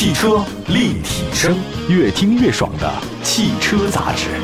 汽车立体声，越听越爽的汽车杂志。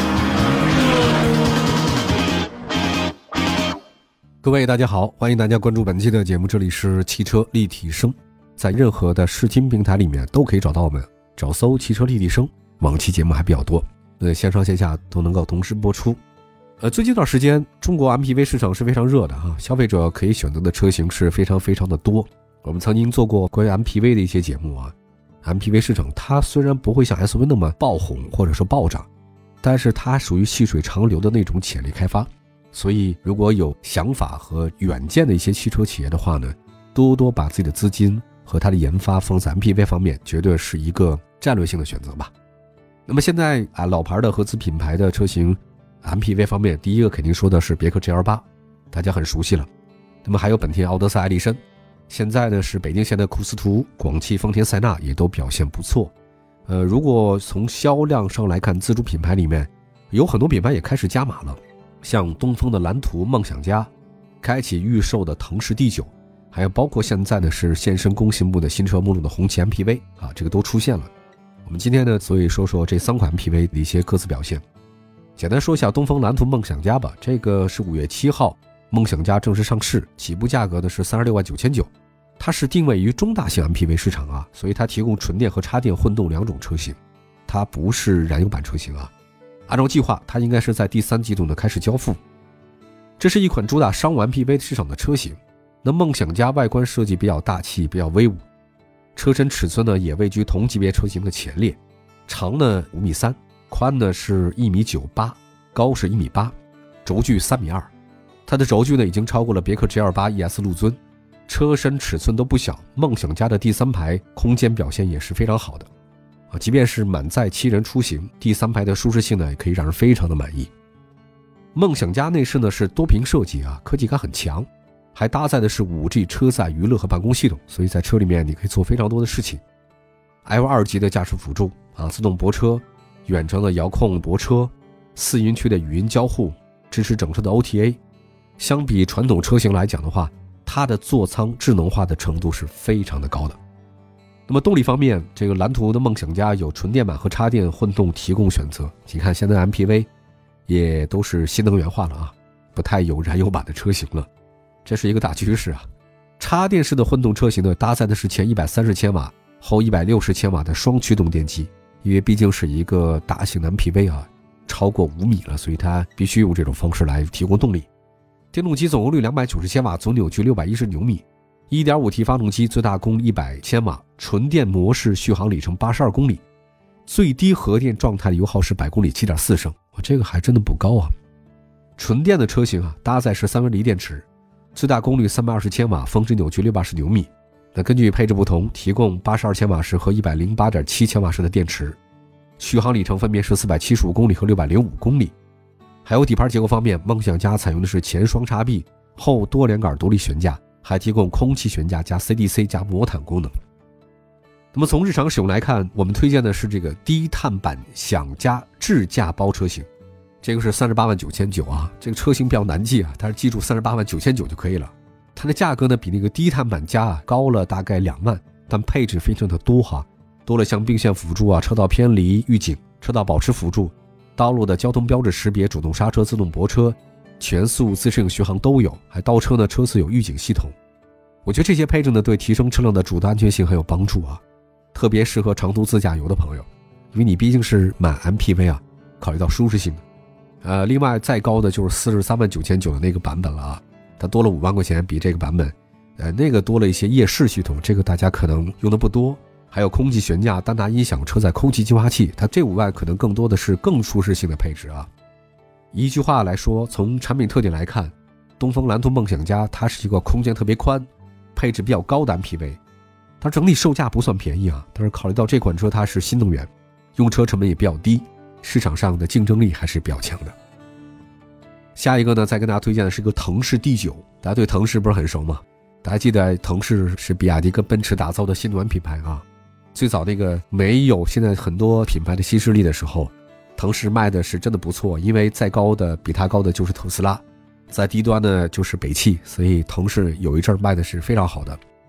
各位大家好，欢迎大家关注本期的节目，这里是汽车立体声，在任何的视听平台里面都可以找到我们，找搜汽车立体声，往期节目还比较多，线上线下都能够同时播出。最近一段时间中国 MPV 市场是非常热的消费者可以选择的车型是非常的多。我们曾经做过关于 MPV 的一些节目MPV 市场它虽然不会像 SUV 那么爆红或者说暴涨，但是它属于细水长流的那种潜力开发。所以如果有想法和远见的一些汽车企业的话呢，多多把自己的资金和它的研发放在 MPV 方面，绝对是一个战略性的选择吧。那么现在老牌的合资品牌的车型 MPV 方面，第一个肯定说的是别克 GL8， 大家很熟悉了。那么还有本田奥德赛、艾力绅，现在呢是北京现代库斯图、广汽丰田塞纳也都表现不错。如果从销量上来看，自主品牌里面有很多品牌也开始加码了，像东风的蓝图、梦想家，开启预售的腾势 D9， 还有包括现在呢是现身工信部的新车目录的红旗 MPV 这个都出现了。我们今天呢所以说说这3款 MPV 的一些各自表现。简单说一下东风蓝图梦想家吧，这个是5月7号梦想家正式上市，起步价格呢是36.999万，它是定位于中大型 MPV 市场所以它提供纯电和插电混动两种车型，它不是燃油版车型按照计划它应该是在第3季度呢开始交付。这是一款主打商务 MPV 市场的车型。那梦想家外观设计比较大气，比较威武，车身尺寸呢也位居同级别车型的前列，长呢5.3米，宽呢是1.98米，高是1.8米，轴距3.2米。它的轴距呢已经超过了别克 GL8 ES 陆尊，车身尺寸都不小，梦想家的第3排空间表现也是非常好的即便是满载7人出行，第3排的舒适性呢也可以让人非常的满意。梦想家内饰呢是多屏设计科技感很强，还搭载的是 5G 车载娱乐和办公系统，所以在车里面你可以做非常多的事情。L2 级的驾驶辅助自动泊车，远程的遥控泊车，4音区的语音交互，支持整车的 OTA。 相比传统车型来讲的话，它的座舱智能化的程度是非常的高的。那么动力方面，这个蓝图的梦想家有纯电版和插电混动提供选择。你看现在 MPV 也都是新能源化了不太有燃油版的车型了，这是一个大趋势插电式的混动车型呢，搭载的是前130千瓦后160千瓦的双驱动电机，因为毕竟是一个大型的 MPV超过5米了，所以它必须用这种方式来提供动力。电动机总功率290千瓦，总扭矩610牛米， 1.5T 发动机最大功率100千瓦，纯电模式续航里程82公里，最低核电状态的油耗是100公里 7.4 升，这个还真的不高纯电的车型搭载是3元锂电池，最大功率320千瓦，峰值扭矩620牛米。那根据配置不同，提供82千瓦时和 108.7 千瓦时的电池，续航里程分别是475公里和605公里。还有底盘结构方面，梦想家采用的是前双叉臂，后多连杆独立悬架，还提供空气悬架加 CDC 加魔毯功能。那么从日常使用来看，我们推荐的是这个低碳版享家智驾包车型，这个是38.999万这个车型比较难记但是记住38.999万就可以了。它的价格呢比那个低碳版加高了大概2万，但配置非常的多多了像并线辅助车道偏离预警、车道保持辅助、道路的交通标志识别、主动刹车、自动泊车、全速自适应巡航都有，还倒车呢车侧有预警系统。我觉得这些配置呢对提升车辆的主动安全性很有帮助特别适合长途自驾游的朋友，因为你毕竟是买 MPV考虑到舒适性另外再高的就是43.999万的那个版本了它多了5万块钱，比这个版本那个多了一些夜视系统，这个大家可能用的不多，还有空气悬架、丹拿音响、车载空气净化器，它这5万可能更多的是更舒适性的配置一句话来说，从产品特点来看，东风蓝图梦想家它是一个空间特别宽、配置比较高的 MPV， 它整体售价不算便宜但是考虑到这款车它是新能源，用车成本也比较低，市场上的竞争力还是比较强的。下一个呢，再跟大家推荐的是一个腾势 D9， 大家对腾势不是很熟吗？大家记得腾势是比亚迪跟奔驰打造的新能源品牌最早那个没有现在很多品牌的吸势力的时候，腾势卖的是真的不错，因为再高的比它高的就是特斯拉，在低端呢就是北汽，所以腾势有一阵卖的是非常好的。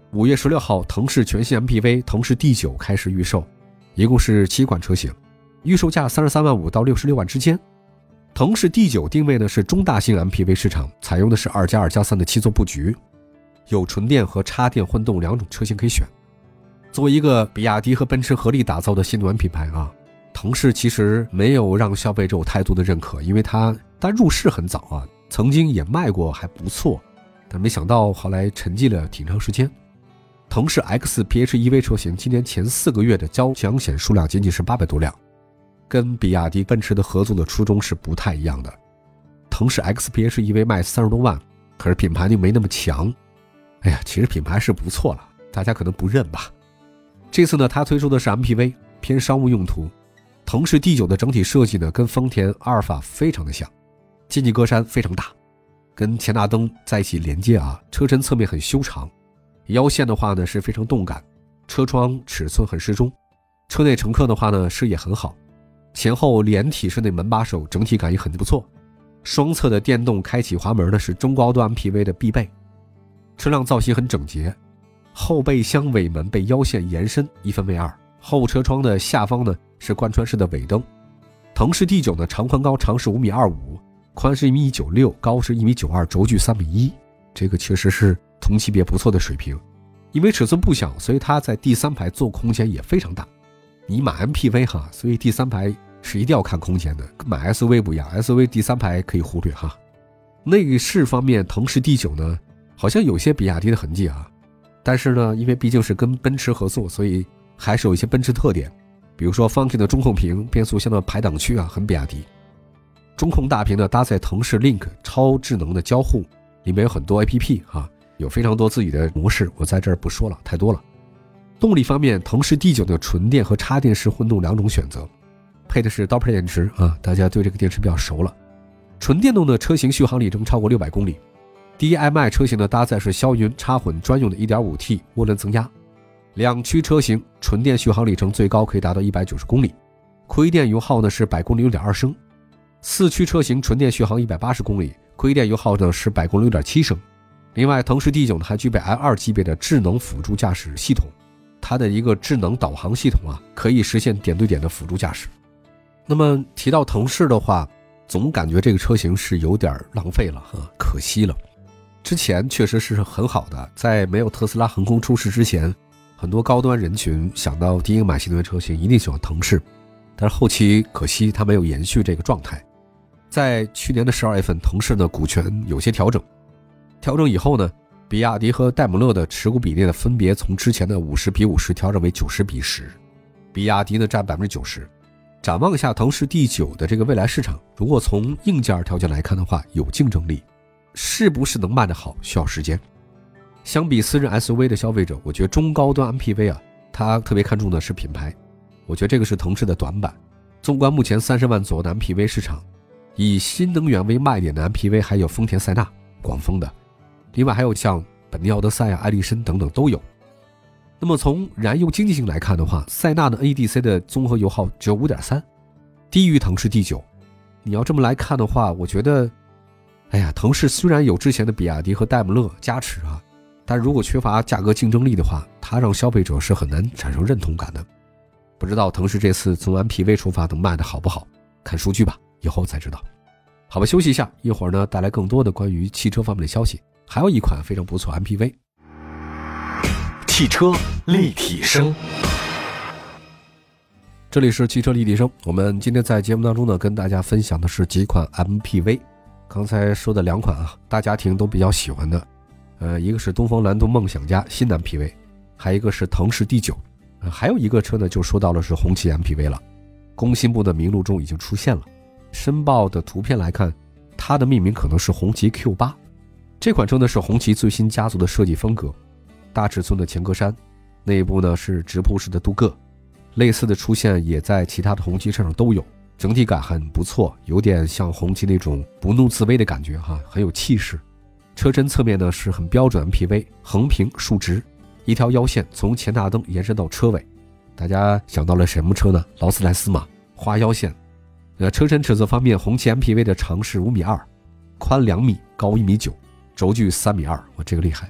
5月16号，腾势全新 MPV 腾势 D9 开始预售，一共是7款车型，预售价33.5万到66万之间。腾势 D9 定位呢是中大型 MPV 市场，采用的是2+2+3的7座布局，有纯电和插电混动2种车型可以选。作为一个比亚迪和奔驰合力打造的新能源品牌啊，腾势其实没有让消费者有太多的认可，因为它入市很早啊，曾经也卖过还不错，但没想到后来沉寂了挺长时间。腾势 X PHEV 车型今年前4个月的交强险数量仅仅是800多辆，跟比亚迪奔驰的合作的初衷是不太一样的。腾势 X PHEV 卖30多万，可是品牌力没那么强。哎呀，其实品牌是不错了，大家可能不认吧。这次呢，它推出的是 MPV， 偏商务用途。腾势 D9 的整体设计呢，跟丰田阿尔法非常的像，进气格栅非常大，跟前大灯在一起连接啊，车身侧面很修长，腰线的话呢是非常动感，车窗尺寸很适中，车内乘客的话呢视野很好，前后连体式内门把手整体感也很不错，双侧的电动开启滑门呢是中高端 MPV 的必备，车辆造型很整洁，后备箱尾门被腰线延伸一分为二，后车窗的下方呢是贯穿式的尾灯。腾势 D9 呢长宽高长是5.25米，宽是1.96米，高是1.92米，轴距3.1米，这个确实是同级别不错的水平。因为尺寸不小，所以它在第三排坐空间也非常大。你买 MPV 哈，所以第三排是一定要看空间的，跟买 SUV 不一样， SUV 第三排可以忽略哈。内饰方面，腾势 D9 呢好像有些比亚迪的痕迹啊，但是呢因为毕竟是跟奔驰合作，所以还是有一些奔驰特点，比如说 Funky 的中控屏，变速箱的排档区啊很比亚迪。中控大屏呢搭载腾势 Link 超智能的交互，里面有很多 APP 啊，有非常多自己的模式，我在这儿不说了，太多了。动力方面，腾势 D9 的纯电和插电式混动2种选择，配的是 Doppler 电池啊，大家对这个电池比较熟了。纯电动的车型续航里程超过600公里。DMI 车型的搭载是霄云插混专用的 1.5T 涡轮增压，2驱车型纯电续航里程最高可以达到190公里，亏电油耗呢是100公里6.2升。4驱车型纯电续航180公里，亏电油耗呢是100公里6.7升。另外，腾势 D9 还具备 L2 级别的智能辅助驾驶系统，它的一个智能导航系统啊，可以实现点对点的辅助驾驶。那么提到腾势的话，总感觉这个车型是有点浪费了哈，可惜了。之前确实是很好的，在没有特斯拉横空出世之前，很多高端人群想到第一个买新能源车型一定喜欢腾势，但是后期可惜它没有延续这个状态。在去年的12月份，腾势的股权有些调整以后呢，比亚迪和戴姆勒的持股比例呢分别从之前的50:50调整为90:10，比亚迪呢占90%。展望一下腾势 D9 的这个未来市场，如果从硬件条件来看的话，有竞争力，是不是能卖得好需要时间。相比私人 SUV 的消费者，我觉得中高端 MPV 啊，他特别看重的是品牌，我觉得这个是腾势的短板。纵观目前30万左右的 MPV 市场，以新能源为卖点的 MPV 还有丰田塞纳、广丰的，另外还有像本田奥德赛啊、艾力绅等等都有。那么从燃油经济性来看的话，塞纳的 NEDC 的综合油耗只有 5.3， 低于腾势 D9。 你要这么来看的话，我觉得腾势虽然有之前的比亚迪和戴姆勒加持啊，但如果缺乏价格竞争力的话，它让消费者是很难产生认同感的。不知道腾势这次从 MPV 出发能卖的好不好，看数据吧，以后才知道。好吧，休息一下，一会儿呢带来更多的关于汽车方面的消息，还有一款非常不错 MPV。 汽车立体声， 这里是汽车立体声。我们今天在节目当中呢跟大家分享的是几款 MPV。刚才说的2款啊，大家庭都比较喜欢的，一个是东风蓝图梦想家新 MPV， 还有一个是腾势 D9，还有一个车呢就说到了是红旗 MPV 了，工信部的名录中已经出现了。申报的图片来看，它的命名可能是红旗 Q8。 这款车呢是红旗最新家族的设计风格，大尺寸的前格栅，内部呢是直瀑式的镀铬，类似的出现也在其他的红旗车上都有，整体感很不错，有点像红旗那种不怒自威的感觉哈，很有气势。车身侧面呢是很标准 MPV， 横平竖直，一条腰线从前大灯延伸到车尾。大家想到了什么车呢？劳斯莱斯嘛，花腰线。车身尺寸方面，红旗 MPV 的长是5.2米，宽2米，高1.9米，轴距3.2米，这个厉害。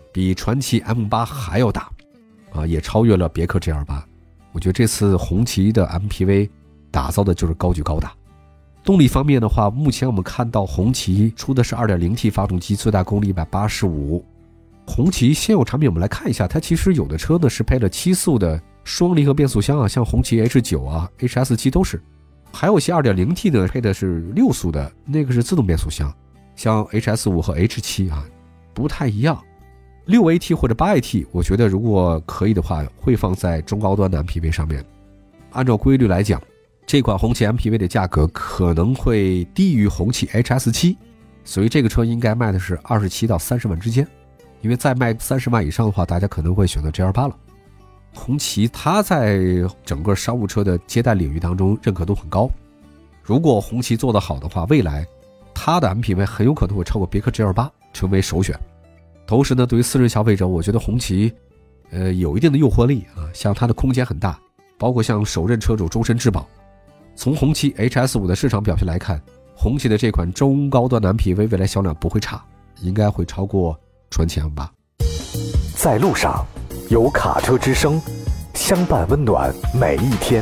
比传祺 M8 还要大也超越了别克 GL8。我觉得这次红旗的 MPV 打造的就是高举高打。动力方面的话，目前我们看到红旗出的是 2.0T 发动机，最大功率185。红旗现有产品我们来看一下，它其实有的车呢是配了7速的双离合变速箱像红旗 H9 HS7 都是。还有一些 2.0T 呢配的是6速的，那个是自动变速箱，像 HS5 和 H7 不太一样。6AT 或者 8AT 我觉得如果可以的话会放在中高端的 MPV 上面。按照规律来讲，这款红旗 MPV 的价格可能会低于红旗 HS7， 所以这个车应该卖的是27到30万之间，因为再卖30万以上的话，大家可能会选择 GL8 了。红旗它在整个商务车的接待领域当中认可度很高，如果红旗做得好的话，未来它的 MPV 很有可能会超过别克 GL8 成为首选。同时呢，对于私人消费者，我觉得红旗有一定的诱惑力像它的空间很大，包括像首任车主终身质保。从红旗 HS5 的市场表现来看，红旗的这款中高端的 MPV 未来销量不会差，应该会超过传祺 M8。 在路上，有卡车之声，相伴温暖每一天。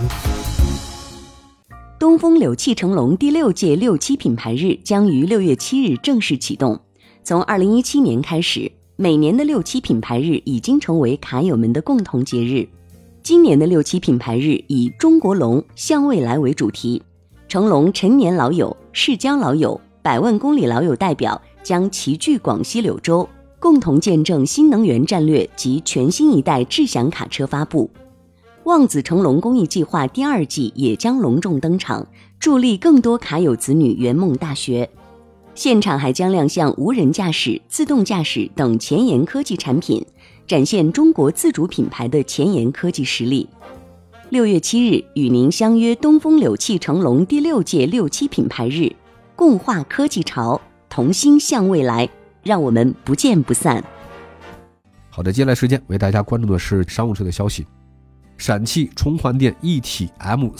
东风柳汽成龙第6届67品牌日将于6月7日正式启动。从2017年开始，每年的67品牌日已经成为卡友们的共同节日。今年的67品牌日以中国龙向未来为主题，成龙陈年老友、世交老友、100万公里老友代表将齐聚广西柳州，共同见证新能源战略及全新一代智享卡车发布。望子成龙公益计划第2季也将隆重登场，助力更多卡友子女圆梦大学。现场还将亮相无人驾驶、自动驾驶等前沿科技产品，展现中国自主品牌的前沿科技实力。6月7日与您相约东风柳汽成龙第6届67品牌日，共话科技潮，同心向未来，让我们不见不散。 好的，接下来时间为大家关注的是商务车的消息。陕汽充换电一体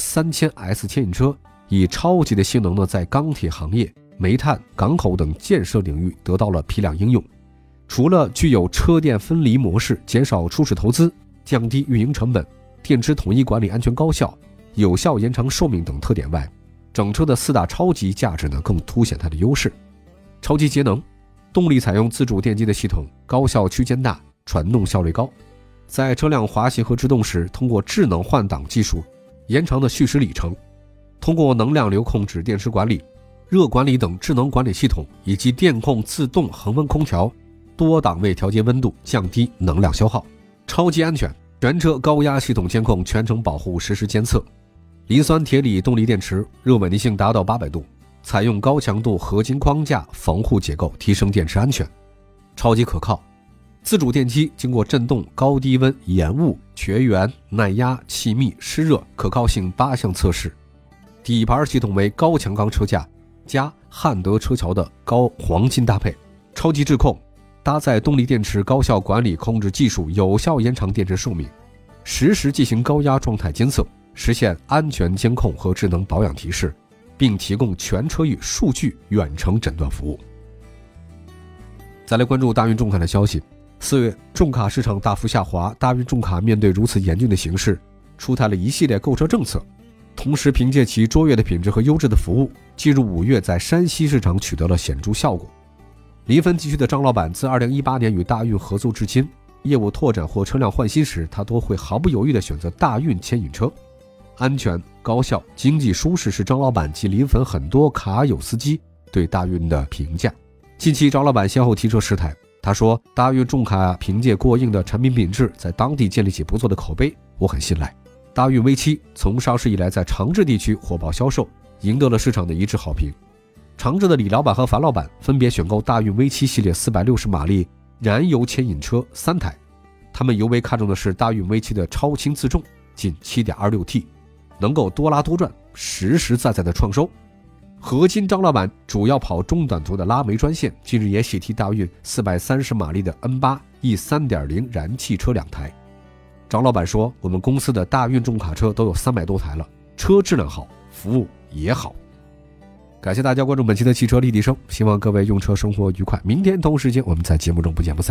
M3000S 牵引车以超级的性能在钢铁行业、煤炭、港口等建设领域得到了批量应用。除了具有车电分离模式，减少初始投资、降低运营成本、电池统一管理安全高效、有效延长寿命等特点外，整车的4大超级价值更凸显它的优势。超级节能，动力采用自主电机的系统，高效区间大，传动效率高。在车辆滑行和制动时，通过智能换挡技术延长的蓄时里程，通过能量流控制电池管理、热管理等智能管理系统，以及电控自动恒温空调、多档位调节温度，降低能量消耗。超级安全，全车高压系统监控，全程保护实时监测。磷酸铁锂动力电池，热稳定性达到800度，采用高强度合金框架防护结构，提升电池安全。超级可靠，自主电机经过震动、高低温、延误、绝缘、耐压、气密、湿热、可靠性8项测试。底盘系统为高强钢车架加汉德车桥的高黄金搭配。超级智控，搭载动力电池高效管理控制技术，有效延长电池寿命，实时进行高压状态监测，实现安全监控和智能保养提示，并提供全车域数据远程诊断服务。再来关注大运重卡的消息。4月重卡市场大幅下滑，大运重卡面对如此严峻的形势，出台了一系列购车政策，同时凭借其卓越的品质和优质的服务，进入5月在山西市场取得了显著效果。临汾地区的张老板自2018年与大运合作至今，业务拓展或车辆换新时，他都会毫不犹豫地选择大运牵引车。安全、高效、经济舒适是张老板及临汾很多卡友司机对大运的评价。近期张老板先后提车10台，他说大运重卡凭借过硬的产品品质，在当地建立起不错的口碑，我很信赖。大运 V7 从上市以来在长治地区火爆销售，赢得了市场的一致好评。长治的李老板和樊老板分别选购大运 V7 系列460马力燃油牵引车3台，他们尤为看重的是大运 V7 的超轻自重，近 7.26T， 能够多拉多转，实实在在的创收。合金张老板主要跑中短途的拉煤专线，近日也喜提大运430马力的 N8 E3.0 燃气车2台。张老板说，我们公司的大运重卡车都有300多台了，车质量好，服务也好。感谢大家关注本期的汽车立体声，希望各位用车生活愉快。明天同时间我们在节目中不见不散。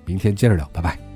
明天接着聊，拜拜。